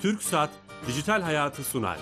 TürkSat Dijital Hayatı sunar.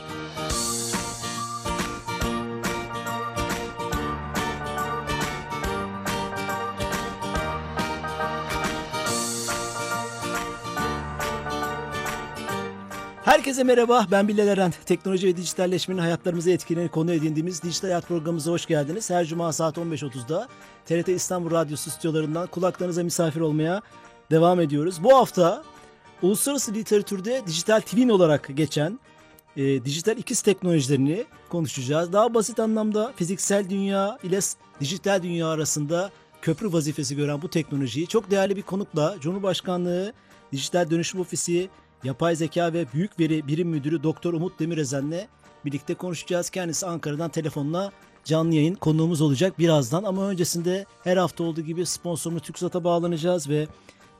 Herkese merhaba, ben Bilal Eren. Teknoloji ve dijitalleşmenin hayatlarımızı etkileyen konu edindiğimiz Dijital Hayat programımıza hoş geldiniz. Her cuma saat 15.30'da TRT İstanbul Radyosu stüdyolarından kulaklarınıza misafir olmaya devam ediyoruz. Bu hafta uluslararası literatürde dijital twin olarak geçen dijital ikiz teknolojilerini konuşacağız. Daha basit anlamda fiziksel dünya ile dijital dünya arasında köprü vazifesi gören bu teknolojiyi çok değerli bir konukla Cumhurbaşkanlığı Dijital Dönüşüm Ofisi Yapay Zeka ve Büyük Veri Birim Müdürü Doktor Umut Demirezen'le birlikte konuşacağız. Kendisi Ankara'dan telefonla canlı yayın konuğumuz olacak birazdan. Ama öncesinde her hafta olduğu gibi sponsorumuz TürkSat'a bağlanacağız ve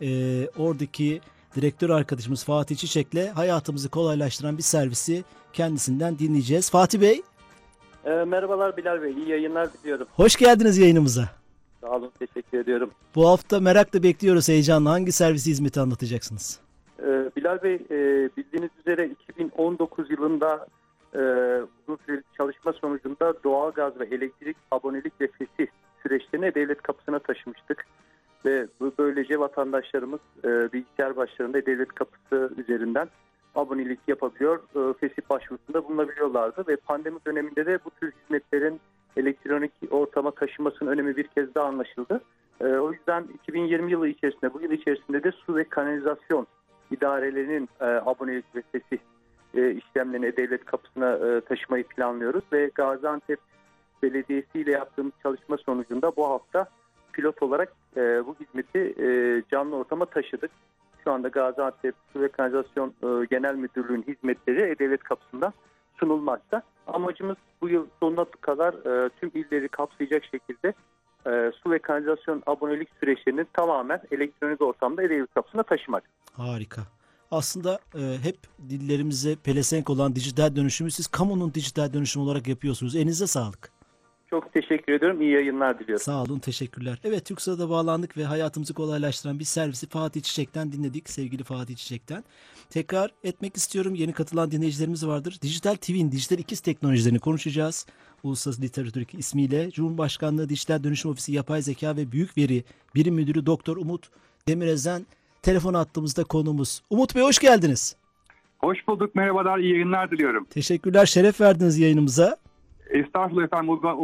oradaki direktör arkadaşımız Fatih Çiçek'le hayatımızı kolaylaştıran bir servisi kendisinden dinleyeceğiz. Fatih Bey. Merhabalar Bilal Bey, iyi yayınlar diliyorum. Hoş geldiniz yayınımıza. Sağ olun, teşekkür ediyorum. Bu hafta merakla bekliyoruz, heyecanla. Hangi servisi, hizmeti anlatacaksınız? Bilal Bey, bildiğiniz üzere 2019 yılında uzun süreli çalışma sonucunda doğalgaz ve elektrik, abonelik ve fesih süreçlerini devlet kapısına taşımıştık. Ve böylece vatandaşlarımız bilgisayar başlarında devlet kapısı üzerinden abonelik yapabiliyor, fesih başvurusunda bulunabiliyorlardı. Ve pandemi döneminde de bu tür hizmetlerin elektronik ortama taşımasının önemi bir kez daha anlaşıldı. O yüzden 2020 yılı içerisinde, bu yıl içerisinde de su ve kanalizasyon idarelerinin abonelik ve fesih işlemlerini devlet kapısına taşımayı planlıyoruz. Ve Gaziantep Belediyesi ile yaptığımız çalışma sonucunda bu hafta pilot olarak bu hizmeti canlı ortama taşıdık. Şu anda Gaziantep Su ve Kanalizasyon Genel Müdürlüğü'nün hizmetleri devlet kapısında sunulmakta. Amacımız bu yıl sonuna kadar tüm illeri kapsayacak şekilde su ve kanalizasyon abonelik süreçlerinin tamamen elektronik ortamda devlet kapısına taşımak. Harika. Aslında hep dillerimize pelesenk olan dijital dönüşümü siz kamunun dijital dönüşümü olarak yapıyorsunuz. Elinize sağlık. Çok teşekkür ediyorum. İyi yayınlar diliyorum. Sağ olun, teşekkürler. Evet, TürkSat'a bağlandık ve hayatımızı kolaylaştıran bir servisi Fatih Çiçek'ten dinledik. Sevgili Fatih Çiçek'ten. Tekrar etmek istiyorum. Yeni katılan dinleyicilerimiz vardır. Dijital twin, dijital ikiz teknolojilerini konuşacağız. Uluslararası Literatür ismiyle Cumhurbaşkanlığı Dijital Dönüşüm Ofisi Yapay Zeka ve Büyük Veri Birim Müdürü Doktor Umut Demirezen telefon attığımızda konuğumuz. Umut Bey, hoş geldiniz. Hoş bulduk. Merhabalar. İyi yayınlar diliyorum. Teşekkürler. Şeref verdiniz yayınımıza. Estağfurullah efendim.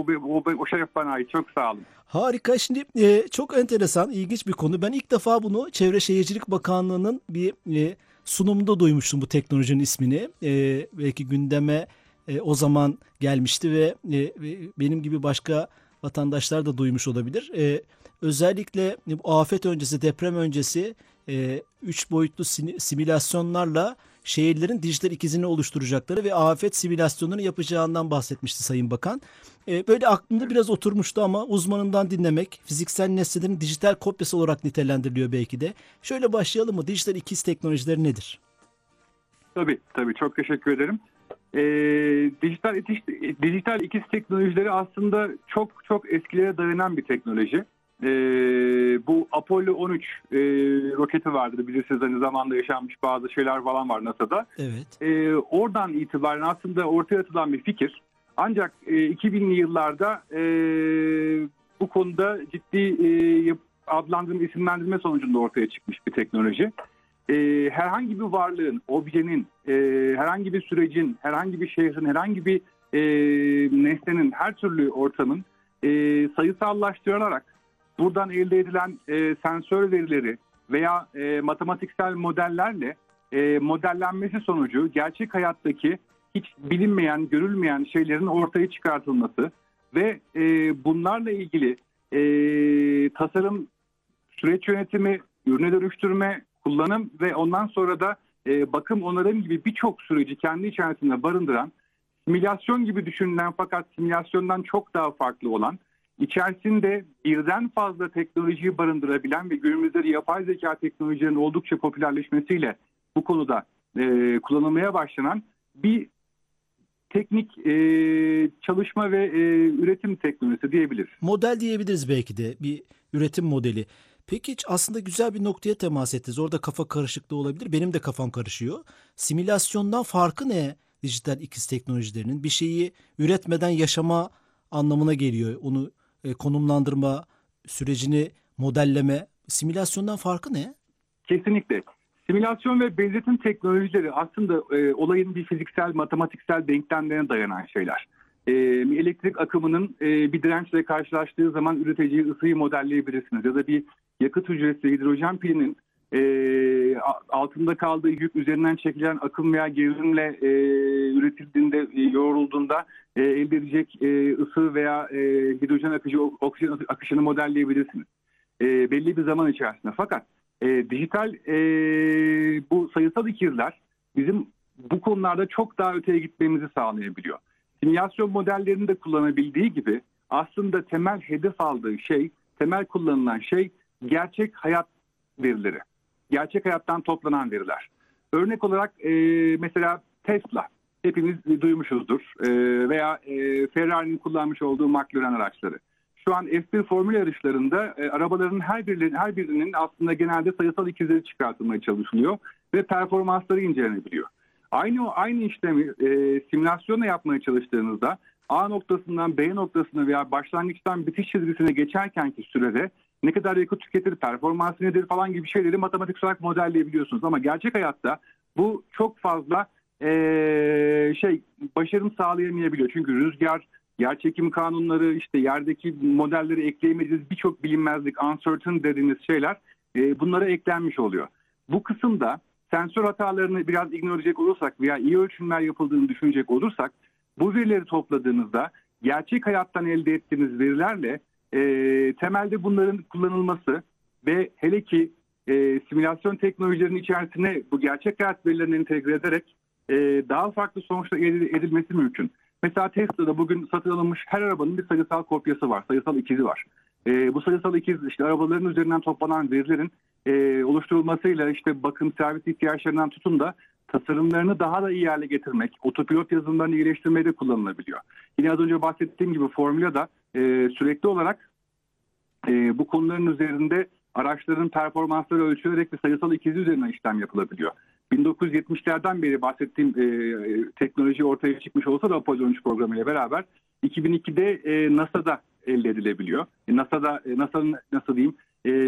O şeref bana ait. Çok sağ olun. Harika. Şimdi çok enteresan, ilginç bir konu. Ben ilk defa bunu Çevre Şehircilik Bakanlığı'nın bir sunumunda duymuştum, bu teknolojinin ismini. Belki gündeme o zaman gelmişti ve benim gibi başka vatandaşlar da duymuş olabilir. Özellikle bu afet öncesi, deprem öncesi 3 boyutlu simülasyonlarla şehirlerin dijital ikizini oluşturacakları ve afet simülasyonlarını yapacağından bahsetmişti Sayın Bakan. Böyle aklımda biraz oturmuştu ama uzmanından dinlemek, fiziksel nesnelerin dijital kopyası olarak nitelendiriliyor belki de. Şöyle başlayalım mı? Dijital ikiz teknolojileri nedir? Tabii. Çok teşekkür ederim. Dijital ikiz teknolojileri aslında çok eskilere dayanan bir teknoloji. Bu Apollo 13 roketi vardı, bilirsiniz, aynı zamanda yaşanmış bazı şeyler falan var NASA'da. Evet. Oradan itibaren aslında ortaya atılan bir fikir. Ancak 2000'li yıllarda bu konuda ciddi adlandırma, isimlendirme sonucunda ortaya çıkmış bir teknoloji. Herhangi bir varlığın, objenin, herhangi bir sürecin, herhangi bir şehrin, herhangi bir nesnenin, her türlü ortamın sayısallaştırılarak buradan elde edilen sensör verileri veya matematiksel modellerle modellenmesi sonucu gerçek hayattaki hiç bilinmeyen, görülmeyen şeylerin ortaya çıkartılması ve bunlarla ilgili tasarım, süreç yönetimi, ürüne dönüştürme, kullanım ve ondan sonra da bakım, onarım gibi birçok süreci kendi içerisinde barındıran, simülasyon gibi düşünülen fakat simülasyondan çok daha farklı olan, İçerisinde birden fazla teknolojiyi barındırabilen ve günümüzde de yapay zeka teknolojilerinin oldukça popülerleşmesiyle bu konuda kullanılmaya başlanan bir teknik çalışma ve üretim teknolojisi diyebiliriz. Model diyebiliriz belki de, bir üretim modeli. Peki hiç aslında güzel bir noktaya temas ettiniz. Orada kafa karışıklığı olabilir. Benim de kafam karışıyor. Simülasyondan farkı ne dijital ikiz teknolojilerinin? Bir şeyi üretmeden yaşama anlamına geliyor. Onu konumlandırma sürecini modelleme. Simülasyondan farkı ne? Kesinlikle. Simülasyon ve benzetim teknolojileri aslında olayın bir fiziksel, matematiksel denklemlerine dayanan şeyler. Elektrik akımının bir dirençle karşılaştığı zaman üreteceği ısıyı modelleyebilirsiniz. Ya da bir yakıt hücresi hidrojen pilinin altında kaldığı yük üzerinden çekilen akım veya gerilimle üretildiğinde, yoğrulduğunda elde edecek ısı veya hidrojen akıcı oksijen akışını modelleyebilirsiniz. Belli bir zaman içerisinde. Fakat dijital bu sayısal ikizler bizim bu konularda çok daha öteye gitmemizi sağlayabiliyor. Simülasyon modellerini de kullanabildiği gibi aslında temel hedef aldığı şey, temel kullanılan şey gerçek hayat verileri. Gerçek hayattan toplanan veriler. Örnek olarak mesela Tesla, hepimiz duymuşuzdur. Veya Ferrari'nin kullanmış olduğu McLaren araçları. Şu an F1 formül yarışlarında arabaların her birinin aslında genelde sayısal ikizleri çıkartılmaya çalışılıyor ve performansları incelenebiliyor. Aynı işlemi simülasyonla yapmaya çalıştığınızda A noktasından B noktasına veya başlangıçtan bitiş çizgisine geçerkenki sürede ne kadar yakıt tüketir, performansı nedir falan gibi şeyleri matematik olarak modelleyebiliyorsunuz. Ama gerçek hayatta bu çok fazla başarım sağlayamayabiliyor. Çünkü rüzgar, yerçekim kanunları, işte yerdeki modelleri ekleyemediğiniz birçok bilinmezlik, uncertain dediğiniz şeyler bunlara eklenmiş oluyor. Bu kısımda sensör hatalarını biraz ignore edecek olursak veya iyi ölçümler yapıldığını düşünecek olursak bu verileri topladığınızda gerçek hayattan elde ettiğiniz verilerle temelde bunların kullanılması ve hele ki simülasyon teknolojilerinin içerisine bu gerçek hayat verilerini entegre ederek daha farklı sonuçlar edilmesi mümkün. Mesela Tesla'da bugün satın alınmış her arabanın bir sayısal kopyası var, sayısal ikizi var. Bu sayısal ikiz işte arabaların üzerinden toplanan verilerin oluşturulmasıyla işte bakım, servis ihtiyaçlarından tutun da tasarımlarını daha da iyi hale getirmek, otopilot yazılımlarını iyileştirmeye de kullanılabiliyor. Yine az önce bahsettiğim gibi Formula'da sürekli olarak bu konuların üzerinde araçların performansları ölçülerek ve sayısal ikizi üzerinden işlem yapılabiliyor. 1970'lerden beri bahsettiğim teknoloji ortaya çıkmış olsa da Apollo 13 programıyla beraber 2002'de NASA'da elde edilebiliyor. NASA'nın nasıl diyeyim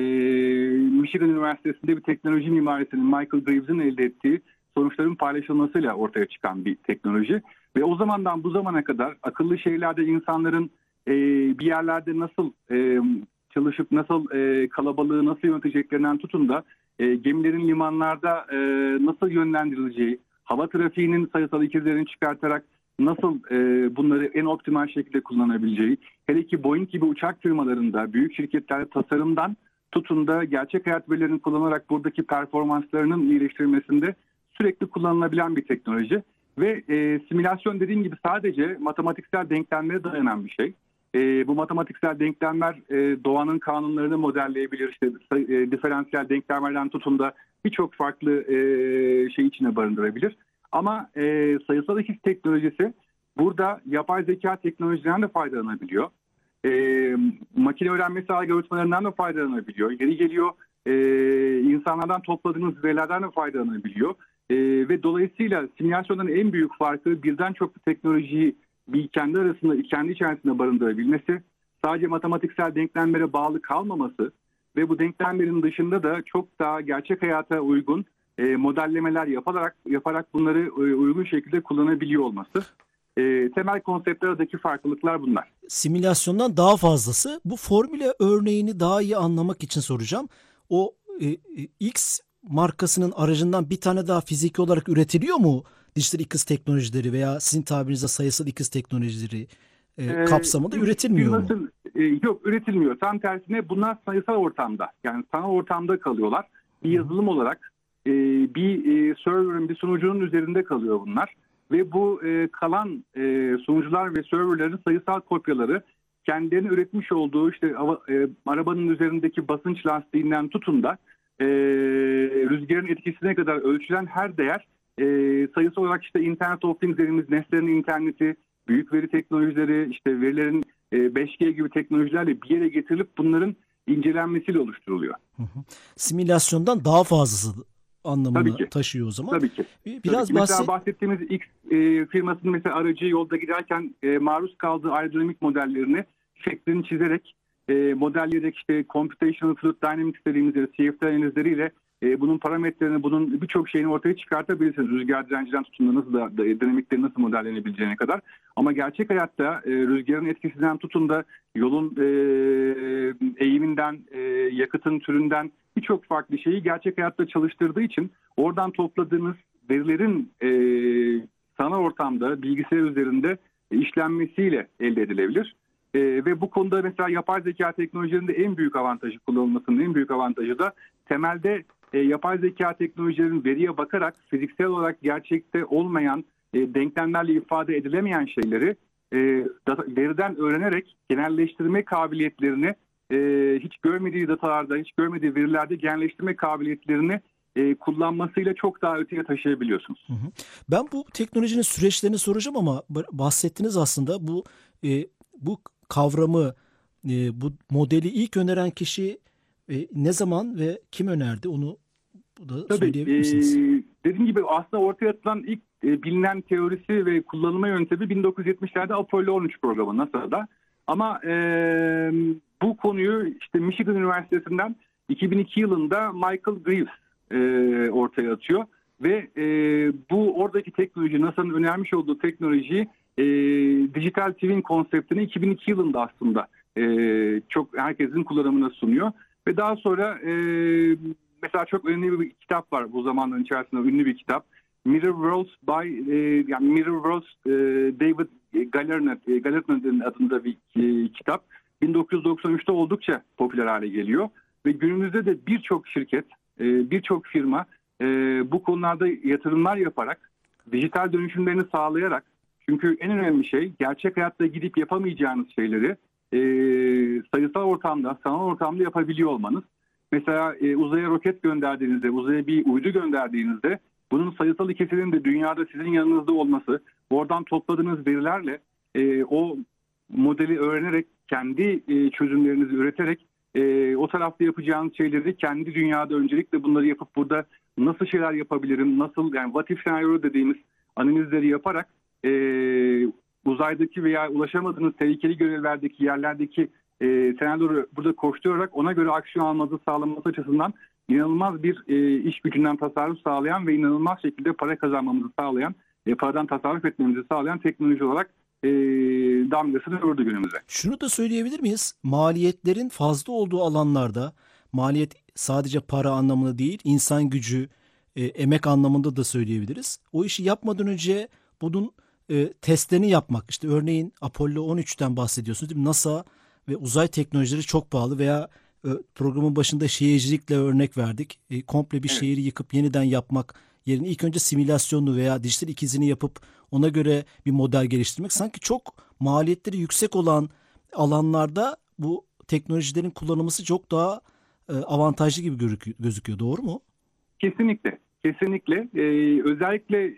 Michigan Üniversitesi'nde bir teknoloji mimarisinin Michael Graves'in elde ettiği sonuçların paylaşılmasıyla ortaya çıkan bir teknoloji. Ve o zamandan bu zamana kadar akıllı şehirlerde insanların bir yerlerde nasıl çalışıp nasıl kalabalığı nasıl yöneteceklerinden tutun da gemilerin limanlarda nasıl yönlendirileceği, hava trafiğinin sayısal ikizlerini çıkartarak nasıl bunları en optimal şekilde kullanabileceği, hele ki Boeing gibi uçak firmalarında, büyük şirketlerde tasarımdan tutun da gerçek hayat verilerini kullanarak buradaki performanslarının iyileştirilmesinde sürekli kullanılabilen bir teknoloji. Ve simülasyon dediğim gibi sadece matematiksel denklemlere dayanan bir şey. Bu matematiksel denklemler doğanın kanunlarını modelleyebilir. İşte diferansiyel denklemlerden tutun da birçok farklı şey içine barındırabilir. Ama sayısal ikiz teknolojisi burada yapay zeka teknolojilerinden de faydalanabiliyor. Makine öğrenmesi algoritmalarından da faydalanabiliyor. Yeri geliyor insanlardan topladığınız verilerden de faydalanabiliyor. Ve dolayısıyla simülasyonların en büyük farkı birden çok teknolojiyi kendi içerisinde barındırabilmesi, sadece matematiksel denklemlere bağlı kalmaması ve bu denklemlerin dışında da çok daha gerçek hayata uygun modellemeler yaparak bunları uygun şekilde kullanabiliyor olması. Temel konseptlerdeki farklılıklar bunlar. Simülasyondan daha fazlası. Bu formüle örneğini daha iyi anlamak için soracağım. O X markasının aracından bir tane daha fiziki olarak üretiliyor mu? Dijital ikiz teknolojileri veya sizin tabirinizde sayısal ikiz teknolojileri kapsamında üretilmiyor mu? Yok, üretilmiyor. Tam tersine bunlar sayısal ortamda, yani sanal ortamda kalıyorlar. Bir yazılım olarak bir server'ın, bir sunucunun üzerinde kalıyor bunlar. Ve bu kalan sunucular ve serverlerin sayısal kopyaları kendilerinin üretmiş olduğu işte arabanın üzerindeki basınç lastiğinden tutun da rüzgarın etkisine kadar ölçülen her değer sayısı olarak işte Internet of Things dediğimiz nesnelerin interneti, büyük veri teknolojileri, işte verilerin 5G gibi teknolojilerle bir yere getirilip bunların incelenmesiyle oluşturuluyor. Simülasyondan daha fazlası anlamını Tabii ki. taşıyor o zaman. Tabii ki. Biraz Mesela bahsettiğimiz X firmasının mesela aracı yolda giderken maruz kaldığı aerodinamik modellerini şeklini çizerek modelleyerek işte Computational Fluid Dynamics dediğimiz CFD analizleriyle bunun parametrelerini, bunun birçok şeyini ortaya çıkartabilirsiniz. Rüzgar direncinden tutun da nasıl da dinamikleri nasıl modellenebileceğine kadar. Ama gerçek hayatta rüzgarın etkisinden tutun da yolun eğiminden, yakıtın türünden birçok farklı şeyi gerçek hayatta çalıştırdığı için oradan topladığınız verilerin sanal ortamda, bilgisayar üzerinde işlenmesiyle elde edilebilir. Ve bu konuda mesela yapay zeka teknolojilerinde en büyük avantajı, kullanılmasının en büyük avantajı da temelde yapay zeka teknolojilerinin veriye bakarak fiziksel olarak gerçekte olmayan, denklemlerle ifade edilemeyen şeyleri veriden öğrenerek genelleştirme kabiliyetlerini hiç görmediği datalarda, hiç görmediği verilerde genelleştirme kabiliyetlerini kullanmasıyla çok daha öteye taşıyabiliyorsunuz. Ben bu teknolojinin süreçlerini soracağım ama bahsettiniz aslında bu kavramı, bu modeli ilk öneren kişi ne zaman ve kim önerdi onu da söyleyebilir misiniz? Dediğim gibi aslında ortaya atılan ilk bilinen teorisi ve kullanılma yöntemi 1970'lerde Apollo 13 programı NASA'da. Ama bu konuyu işte Michigan Üniversitesi'nden 2002 yılında Michael Greaves ortaya atıyor. Ve bu oradaki teknoloji, NASA'nın önermiş olduğu teknolojiyi dijital twin konseptini 2002 yılında aslında çok herkesin kullanımına sunuyor. Ve daha sonra mesela çok önemli bir kitap var bu zamanların içerisinde, ünlü bir kitap. Mirror Worlds David Galerner'ın adında bir kitap. 1993'te oldukça popüler hale geliyor. Ve günümüzde de birçok şirket, birçok firma bu konularda yatırımlar yaparak, dijital dönüşümlerini sağlayarak, çünkü en önemli şey gerçek hayatta gidip yapamayacağınız şeyleri sayısal ortamda, sanal ortamda yapabiliyor olmanız. Mesela uzaya roket gönderdiğinizde, uzaya bir uydu gönderdiğinizde bunun sayısal ikisinin de dünyada sizin yanınızda olması, oradan topladığınız verilerle o modeli öğrenerek, kendi çözümlerinizi üreterek o tarafta yapacağınız şeyleri kendi dünyada öncelikle bunları yapıp burada nasıl şeyler yapabilirim, nasıl yani what if senaryo dediğimiz analizleri yaparak uzaydaki veya ulaşamadığınız tehlikeli görevlerdeki yerlerdeki senaryoları burada koşturarak ona göre aksiyon almanızı sağlaması açısından inanılmaz bir iş gücünden tasarruf sağlayan ve inanılmaz şekilde para kazanmamızı sağlayan, paradan tasarruf etmemizi sağlayan teknoloji olarak damgasını vurdu günümüze. Şunu da söyleyebilir miyiz? Maliyetlerin fazla olduğu alanlarda, maliyet sadece para anlamında değil, insan gücü, emek anlamında da söyleyebiliriz. O işi yapmadan önce bunun testlerini yapmak. İşte örneğin Apollo 13'ten bahsediyorsunuz değil mi? NASA ve uzay teknolojileri çok pahalı veya programın başında şehircilikle örnek verdik. Komple bir şehri yıkıp yeniden yapmak yerine ilk önce simülasyonunu veya dijital ikizini yapıp ona göre bir model geliştirmek. Sanki çok maliyetleri yüksek olan alanlarda bu teknolojilerin kullanılması çok daha avantajlı gibi gözüküyor. Doğru mu? Kesinlikle. Kesinlikle. Özellikle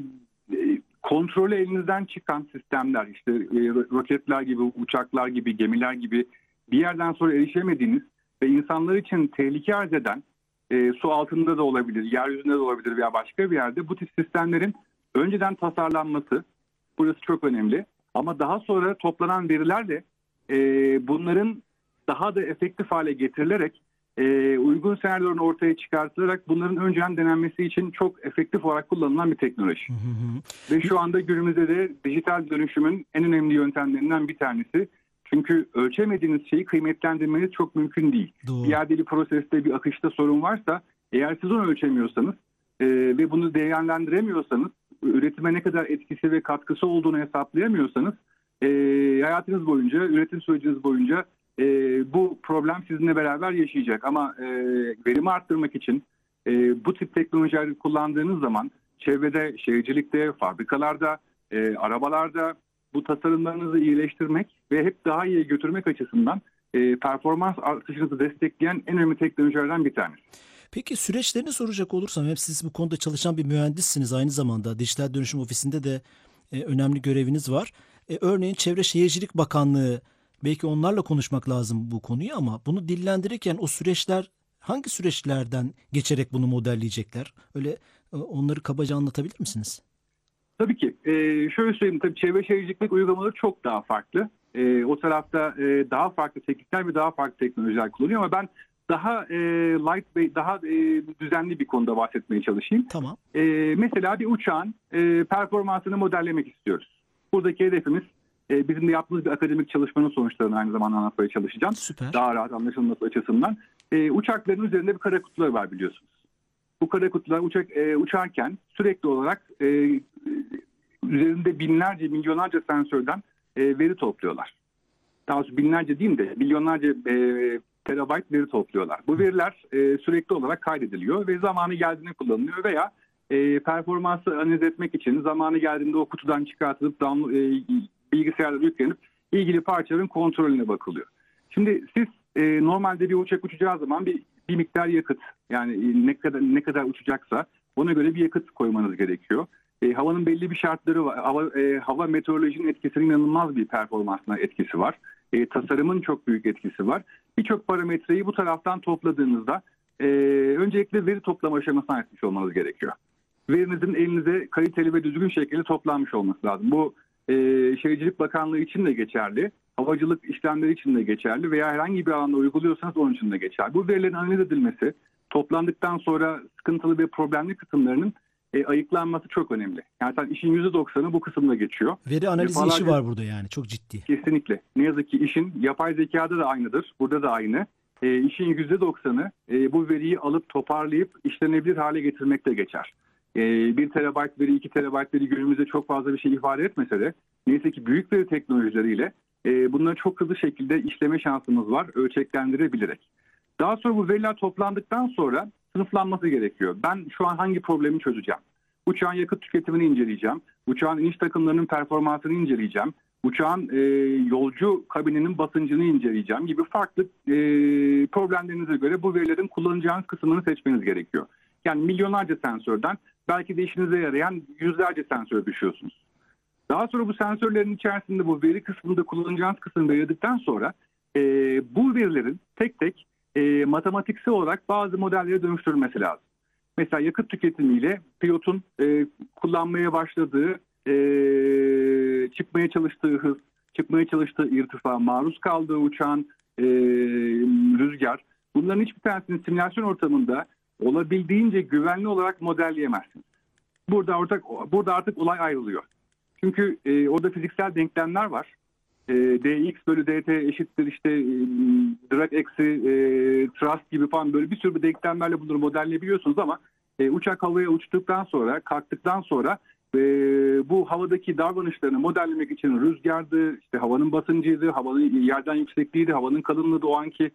kontrolü elinizden çıkan sistemler, işte roketler gibi, uçaklar gibi, gemiler gibi bir yerden sonra erişemediğiniz ve insanlar için tehlike arz eden, su altında da olabilir, yeryüzünde de olabilir veya başka bir yerde bu tip sistemlerin önceden tasarlanması, burası çok önemli. Ama daha sonra toplanan verilerle bunların daha da efektif hale getirilerek uygun senaryoların ortaya çıkartılarak bunların önceden denenmesi için çok efektif olarak kullanılan bir teknoloji. Ve şu anda günümüzde de dijital dönüşümün en önemli yöntemlerinden bir tanesi. Çünkü ölçemediğiniz şeyi kıymetlendirmeniz çok mümkün değil. Doğru. Bir yerde bir proseste, bir akışta sorun varsa, eğer siz onu ölçemiyorsanız ve bunu değerlendiremiyorsanız, üretime ne kadar etkisi ve katkısı olduğunu hesaplayamıyorsanız, hayatınız boyunca, üretim süreciniz boyunca bu problem sizinle beraber yaşayacak. Ama verimi arttırmak için bu tip teknolojileri kullandığınız zaman çevrede, şehircilikte, fabrikalarda, arabalarda bu tasarımlarınızı iyileştirmek ve hep daha iyiye götürmek açısından performans artışınızı destekleyen en önemli teknolojilerden bir tanesi. Peki süreçlerini soracak olursam, hep siz bu konuda çalışan bir mühendissiniz, aynı zamanda Dijital Dönüşüm Ofisi'nde de önemli göreviniz var. Örneğin Çevre Şehircilik Bakanlığı Belki onlarla konuşmak lazım bu konuyu ama bunu dillendirirken o süreçler hangi süreçlerden geçerek bunu modelleyecekler? Öyle onları kabaca anlatabilir misiniz? Tabii ki. Şöyle söyleyeyim, tabii çevre şehircilik uygulamaları çok daha farklı. O tarafta daha farklı teknikler ve daha farklı teknolojiler kullanıyor ama ben daha light ve daha düzenli bir konuda bahsetmeye çalışayım. Tamam. Mesela bir uçağın performansını modellemek istiyoruz. Buradaki hedefimiz bizim de yaptığımız bir akademik çalışmanın sonuçlarını aynı zamanda anlatmaya çalışacağım. Süper. Daha rahat anlaşılması açısından. Uçakların üzerinde bir kara kutular var biliyorsunuz. Bu kara kutular uçarken sürekli olarak üzerinde binlerce, milyonlarca sensörden veri topluyorlar. Daha doğrusu binlerce değil de milyonlarca terabayt veri topluyorlar. Bu veriler sürekli olarak kaydediliyor ve zamanı geldiğinde kullanılıyor veya performansı analiz etmek için zamanı geldiğinde o kutudan çıkartılıp bilgisayarlara yüklenip ilgili parçaların kontrolüne bakılıyor. Şimdi siz normalde bir uçak uçacağı zaman bir miktar yakıt, yani ne kadar uçacaksa ona göre bir yakıt koymanız gerekiyor. Havanın belli bir şartları var. Hava meteorolojinin etkisinin inanılmaz bir performansına etkisi var. Tasarımın çok büyük etkisi var. Birçok parametreyi bu taraftan topladığınızda öncelikle veri toplama aşamasına etmiş olmanız gerekiyor. Verinizin elinize kaliteli ve düzgün şekilde toplanmış olması lazım. Bu Şehircilik Bakanlığı için de geçerli. Havacılık işlemleri için de geçerli veya herhangi bir alanda uyguluyorsanız onun için de geçerli. Bu verilerin analiz edilmesi, toplandıktan sonra sıkıntılı ve problemli kısımlarının ayıklanması çok önemli. Yani işin %90'ı bu kısımda geçiyor. Veri analizi işi var burada yani, çok ciddi. Kesinlikle. Ne yazık ki işin yapay zekada da aynıdır. Burada da aynı. İşin %90'ı bu veriyi alıp toparlayıp işlenebilir hale getirmekte geçer. 1 terabayt veri, 2 terabayt veri günümüzde çok fazla bir şey ifade etmese de neyse ki büyük veri teknolojileriyle bunları çok hızlı şekilde işleme şansımız var, ölçeklendirebilerek. Daha sonra bu veriler toplandıktan sonra sınıflanması gerekiyor. Ben şu an hangi problemi çözeceğim? Uçağın yakıt tüketimini inceleyeceğim. Uçağın iniş takımlarının performansını inceleyeceğim. Uçağın yolcu kabininin basıncını inceleyeceğim gibi farklı problemlerinize göre bu verilerin kullanacağınız kısmını seçmeniz gerekiyor. Yani milyonlarca sensörden belki de işinize yarayan yüzlerce sensör düşüyorsunuz. Daha sonra bu sensörlerin içerisinde bu veri kısmında kullanacağınız kısmını belirledikten sonra bu verilerin tek tek matematiksel olarak bazı modellere dönüştürülmesi lazım. Mesela yakıt tüketimiyle pilotun kullanmaya başladığı, çıkmaya çalıştığı hız, çıkmaya çalıştığı irtifa, maruz kaldığı uçağın rüzgar, bunların hiçbir tanesini simülasyon ortamında olabildiğince güvenli olarak modelleyemezsiniz. Burada artık olay ayrılıyor. Çünkü orada fiziksel denklemler var. dx bölü dt eşittir işte drag eksi thrust gibi falan böyle bir sürü denklemlerle bunları modelleyebiliyorsunuz ama uçak havaya uçtuktan sonra, kalktıktan sonra bu havadaki davranışlarını modellemek için rüzgardı, işte havanın basıncıydı, havanın yerden yüksekliğiydi, havanın kalınlığıydı, o anki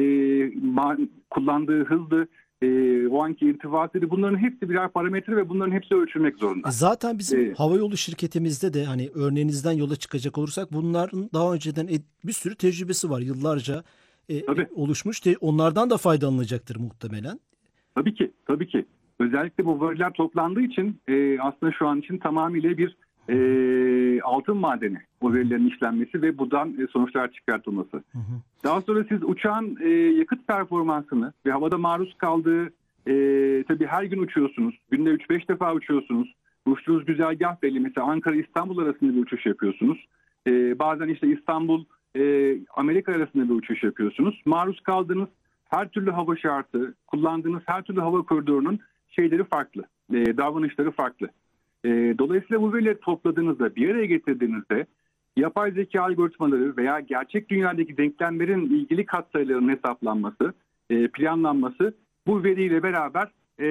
kullandığı hızdı, o anki irtifasıydı. Bunların hepsi birer parametre ve bunların hepsi ölçülmek zorunda. Zaten bizim havayolu şirketimizde de hani örneğinizden yola çıkacak olursak bunların daha önceden bir sürü tecrübesi var. Yıllarca oluşmuş. Onlardan da faydalanacaktır muhtemelen. Tabii ki. Özellikle bu veriler toplandığı için aslında şu an için tamamıyla bir altın madeni o verilerin işlenmesi ve buradan sonuçlar çıkartılması. Hı hı. Daha sonra siz uçağın yakıt performansını ve havada maruz kaldığı tabii her gün uçuyorsunuz. Günde 3-5 defa uçuyorsunuz. Uçtuğunuz güzergah belli. Mesela Ankara-İstanbul arasında bir uçuş yapıyorsunuz. Bazen işte İstanbul-Amerika arasında bir uçuş yapıyorsunuz. Maruz kaldığınız her türlü hava şartı, kullandığınız her türlü hava koridorunun şeyleri farklı, davranışları farklı. Dolayısıyla bu verileri topladığınızda, bir araya getirdiğinizde yapay zeka algoritmaları veya gerçek dünyadaki denklemlerin ilgili katsayılarının hesaplanması, planlanması bu veriyle beraber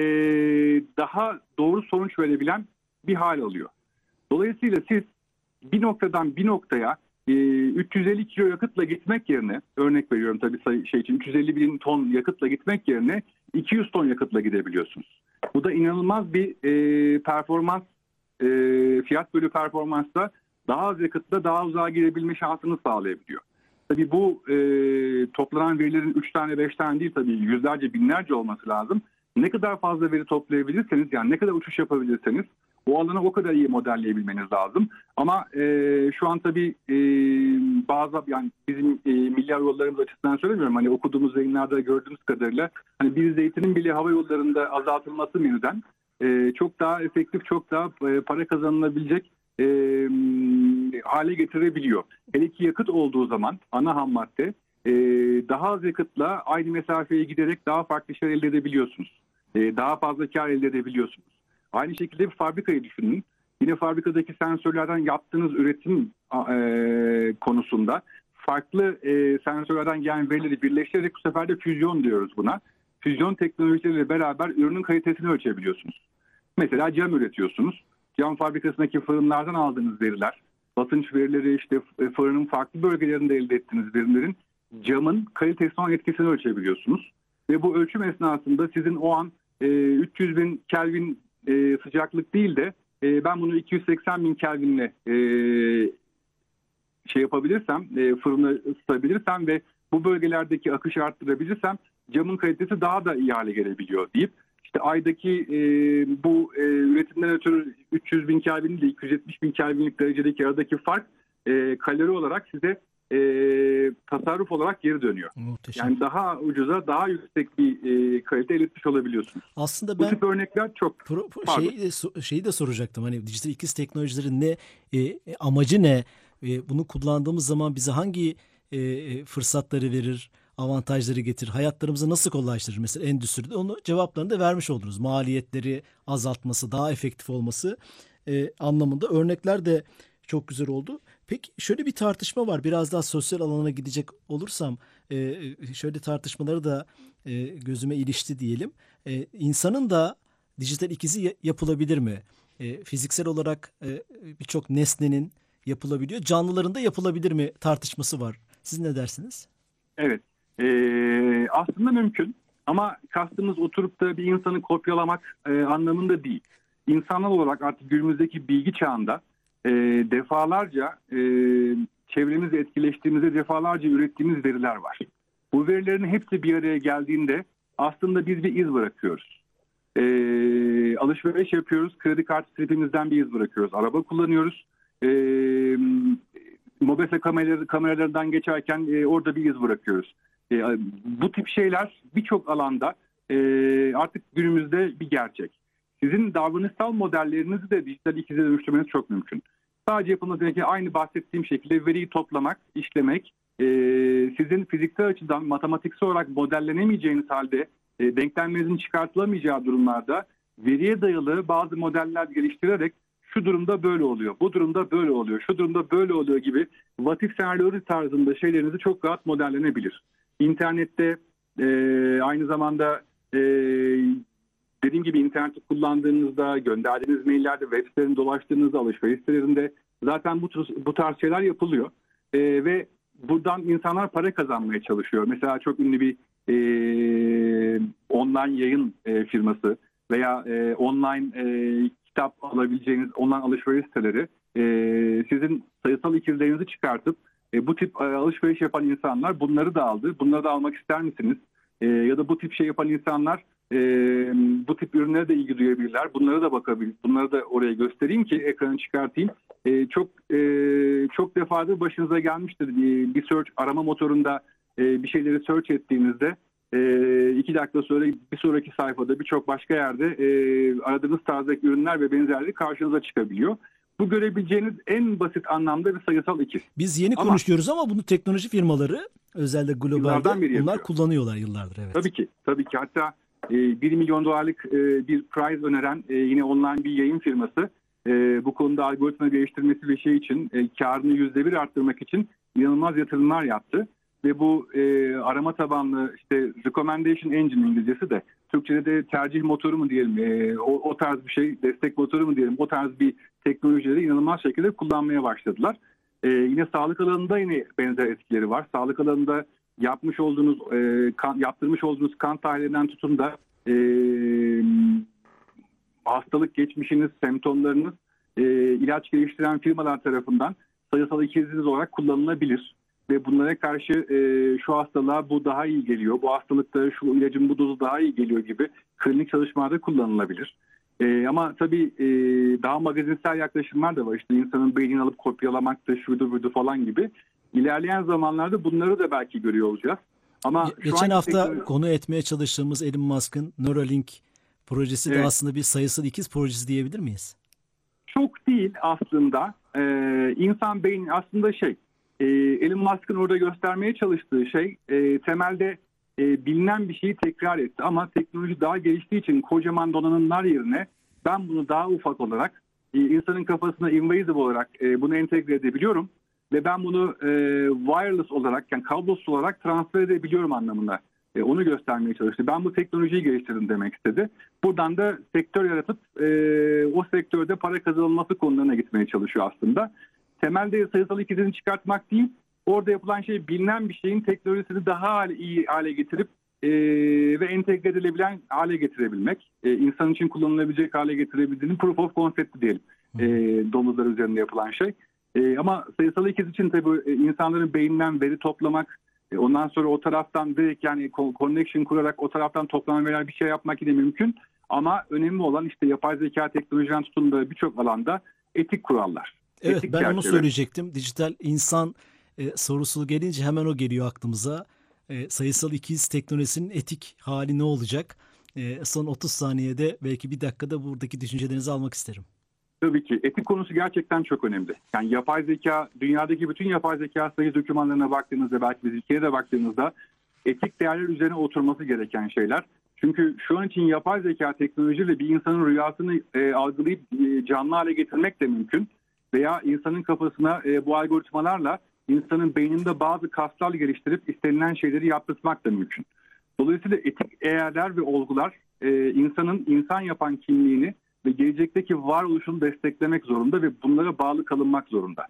daha doğru sonuç verebilen bir hal alıyor. Dolayısıyla siz bir noktadan bir noktaya 350 kilo yakıtla gitmek yerine, örnek veriyorum tabii için 350 bin ton yakıtla gitmek yerine 200 ton yakıtla gidebiliyorsunuz. Bu da inanılmaz bir performans, fiyat bölü performansla daha az yakıtla daha uzağa gidebilme şansını sağlayabiliyor. Tabii bu toplanan verilerin 3 tane 5 tane değil, tabii yüzlerce binlerce olması lazım. Ne kadar fazla veri toplayabilirseniz, yani ne kadar uçuş yapabilirseniz O alanı o kadar iyi modelleyebilmeniz lazım. Ama şu an tabii bazı, yani bizim milli hava yollarımız açısından söylemiyorum. Hani okuduğumuz yayınlarda gördüğümüz kadarıyla hani bir zeytinin bile hava yollarında azaltılması menüden çok daha efektif, çok daha para kazanılabilecek hale getirebiliyor. Hele ki yakıt olduğu zaman ana ham madde, daha az yakıtla aynı mesafeye giderek daha farklı şeyler elde edebiliyorsunuz. Daha fazla kar elde edebiliyorsunuz. Aynı şekilde bir fabrikayı düşünün. Yine fabrikadaki sensörlerden yaptığınız üretim konusunda farklı sensörlerden gelen verileri birleştirerek bu sefer de füzyon diyoruz buna. Füzyon teknolojileriyle beraber ürünün kalitesini ölçebiliyorsunuz. Mesela cam üretiyorsunuz. Cam fabrikasındaki fırınlardan aldığınız veriler, basınç verileri, işte fırının farklı bölgelerinde elde ettiğiniz verilerin camın kalitesine etkisini ölçebiliyorsunuz. Ve bu ölçüm esnasında sizin o an 300 bin Kelvin sıcaklık değil de ben bunu 280 bin Kelvin'le yapabilirsem, fırını ısıtabilirsem ve bu bölgelerdeki akışı arttırabilirsem camın kalitesi daha da iyi hale gelebiliyor deyip işte aydaki bu üretimden ötürü 300 bin Kelvin ile 270 bin Kelvinlik derecedeki aradaki fark kalori olarak size tasarruf olarak geri dönüyor. Muhteşem. Yani daha ucuza, daha yüksek bir kalite elde etmiş olabiliyorsunuz. Aslında Bu ben tip örnekler çok. şeyi de soracaktım. Hani dijital ikiz teknolojilerin ne amacı ne? Bunu kullandığımız zaman bize hangi fırsatları verir, avantajları getirir, hayatlarımızı nasıl kolaylaştırır? Mesela endüstride onu cevaplarını da vermiş oldunuz. Maliyetleri azaltması, daha efektif olması anlamında örnekler de çok güzel oldu. Peki şöyle bir tartışma var. Biraz daha sosyal alana gidecek olursam şöyle tartışmaları da gözüme ilişti diyelim. İnsanın da dijital ikizi yapılabilir mi? Fiziksel olarak birçok nesnenin yapılabiliyor. Canlıların da yapılabilir mi tartışması var. Siz ne dersiniz? Evet. Aslında mümkün. Ama kastımız oturup da bir insanı kopyalamak anlamında değil. İnsanlar olarak artık günümüzdeki bilgi çağında defalarca çevremizi etkileştiğimizde defalarca ürettiğimiz veriler var. Bu verilerin hepsi bir araya geldiğinde aslında biz bir iz bırakıyoruz. Alışveriş yapıyoruz. Kredi kartı stripimizden bir iz bırakıyoruz. Araba kullanıyoruz. Mobese kameralarından geçerken orada bir iz bırakıyoruz. Bu tip şeyler birçok alanda artık günümüzde bir gerçek. Sizin davranışsal modellerinizi de dijital ikize dönüştürmeniz çok mümkün. Sadece yapılması gereken aynı bahsettiğim şekilde veriyi toplamak, işlemek, sizin fiziksel açıdan matematiksel olarak modellenemeyeceğiniz halde denklemlerinizin çıkartılamayacağı durumlarda veriye dayalı bazı modeller geliştirerek şu durumda böyle oluyor, bu durumda böyle oluyor, şu durumda böyle oluyor gibi what if senaryo tarzında şeylerinizi çok rahat modellenebilir. İnternette aynı zamanda dediğim gibi interneti kullandığınızda, gönderdiğiniz maillerde, web sitelerinde dolaştığınızda, alışveriş sitelerinde zaten bu tarz şeyler yapılıyor. Ve buradan insanlar para kazanmaya çalışıyor. Mesela çok ünlü bir online yayın firması veya online kitap alabileceğiniz online alışveriş siteleri sizin sayısal ikizlerinizi çıkartıp bu tip alışveriş yapan insanlar bunları da aldı. Bunları da almak ister misiniz? Ya da bu tip şey yapan insanlar bu tip ürünlere de ilgi duyabilirler. Bunlara da bakabilir. Bunları da oraya göstereyim ki ekranı çıkartayım. Çok defadır başınıza gelmiştir. Bir search arama motorunda bir şeyleri search ettiğinizde 2 dakika sonra bir sonraki sayfada birçok başka yerde aradığınız tarzdaki ürünler ve benzerleri karşınıza çıkabiliyor. Bu görebileceğiniz en basit anlamda bir sayısal ikiz. Biz yeni konuşuyoruz ama bunu teknoloji firmaları özellikle globalde bunlar kullanıyorlar yıllardır. Evet. Tabii ki. Hatta 1 milyon dolarlık bir prize öneren yine online bir yayın firması bu konuda algoritma geliştirmesi ve şey için karını %1 arttırmak için inanılmaz yatırımlar yaptı. Ve bu arama tabanlı işte recommendation engine İngilizcesi de Türkçe'de de tercih motoru mu diyelim o tarz bir şey, destek motoru mu diyelim, o tarz bir teknolojileri inanılmaz şekilde kullanmaya başladılar. Yine sağlık alanında yine benzer etkileri var. Sağlık alanında yaptırmış olduğunuz kan tahlilinden tutun da hastalık geçmişiniz, semptomlarınız ilaç geliştiren firmalar tarafından sayısal ikiziniz olarak kullanılabilir. Ve bunlara karşı şu hastalığa bu daha iyi geliyor, bu hastalıkta şu ilacın bu dozu daha iyi geliyor gibi klinik çalışmalarda kullanılabilir. Ama tabii daha magazinsel yaklaşımlar da var. İşte insanın beynini alıp kopyalamaktı, şuydu buydu falan gibi. İlerleyen zamanlarda bunları da belki görüyor olacağız. Ama Geçen hafta konu etmeye çalıştığımız Elon Musk'ın Neuralink projesi de Evet. aslında bir sayısal ikiz projesi diyebilir miyiz? Çok değil aslında. İnsan beyni aslında Elon Musk'ın orada göstermeye çalıştığı temelde bilinen bir şeyi tekrar etti. Ama teknoloji daha geliştiği için kocaman donanımlar yerine ben bunu daha ufak olarak insanın kafasına invasive olarak bunu entegre edebiliyorum. Ve ben bunu wireless olarak, yani kablosuz olarak transfer edebiliyorum anlamında. Onu göstermeye çalıştı. Ben bu teknolojiyi geliştirdim demek istedi. Buradan da sektör yaratıp o sektörde para kazanılması konularına gitmeye çalışıyor aslında. Temelde sayısal ikizini çıkartmak değil, orada yapılan şey bilinen bir şeyin teknolojisini daha iyi hale getirip ve entegre edilebilen hale getirebilmek. İnsan için kullanılabilecek hale getirebildiğinin proof of concept diyelim. Domuzlar üzerinde yapılan şey. Ama sayısal ikiz için tabii insanların beyninden veri toplamak, ondan sonra o taraftan direkt yani connection kurarak o taraftan toplanan veriler bir şey yapmak yine mümkün. Ama önemli olan işte yapay zeka teknolojiden tutun da birçok alanda etik kurallar. Evet, Etik ben onu çerçeve. söyleyecektim. Dijital insan sorusu gelince hemen o geliyor aklımıza. Sayısal ikiz teknolojisinin etik hali ne olacak? Son 30 saniyede belki bir dakikada buradaki düşüncelerinizi almak isterim. Tabii ki. Etik konusu gerçekten çok önemli. Yani yapay zeka, dünyadaki bütün yapay zeka sayı dokümanlarına baktığınızda, belki biz ülkeye de baktığınızda etik değerler üzerine oturması gereken şeyler. Çünkü şu an için yapay zeka teknolojiyle bir insanın rüyasını algılayıp canlı hale getirmek de mümkün. Veya insanın kafasına bu algoritmalarla insanın beyninde bazı kaslar geliştirip istenilen şeyleri yaptırmak da mümkün. Dolayısıyla etik değerler ve olgular insanın insan yapan kimliğini ve gelecekteki varoluşunu desteklemek zorunda ve bunlara bağlı kalınmak zorunda.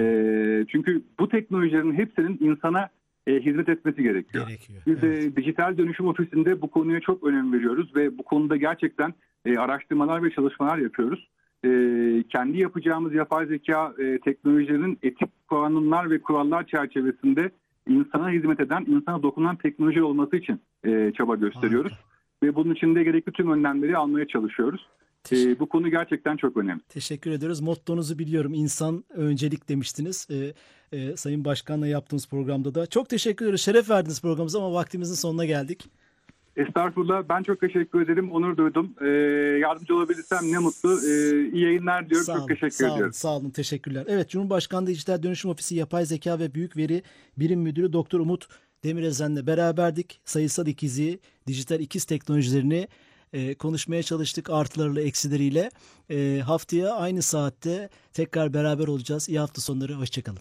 Çünkü bu teknolojilerin hepsinin insana hizmet etmesi gerekiyor. Biz de Dijital Dönüşüm Ofisi'nde bu konuya çok önem veriyoruz ve bu konuda gerçekten araştırmalar ve çalışmalar yapıyoruz. Kendi yapacağımız yapay zeka teknolojilerinin etik kanunlar ve kurallar çerçevesinde insana hizmet eden, insana dokunan teknoloji olması için çaba gösteriyoruz. Ve bunun için de gerekli tüm önlemleri almaya çalışıyoruz. Bu konu gerçekten çok önemli. Teşekkür ediyoruz. Mottonuzu biliyorum. İnsan öncelik demiştiniz. Sayın Başkan'la yaptığımız programda da. Çok teşekkür ederiz. Şeref verdiniz programımıza ama vaktimizin sonuna geldik. Estağfurullah. Ben çok teşekkür ederim. Onur duydum. Yardımcı olabilirsem ne mutlu. İyi yayınlar diyorum. Çok teşekkür ediyorum. Sağ olun. Teşekkürler. Evet, Cumhurbaşkanlığı Dijital Dönüşüm Ofisi Yapay Zeka ve Büyük Veri Birim Müdürü Doktor Umut Demirezen'le beraberdik. Sayısal ikizi, dijital ikiz teknolojilerini konuşmaya çalıştık, artılarıyla eksileriyle. Haftaya aynı saatte tekrar beraber olacağız. İyi hafta sonları. Hoşçakalın.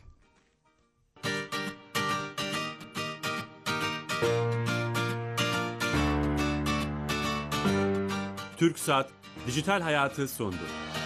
TürkSat Dijital Hayatı sundu.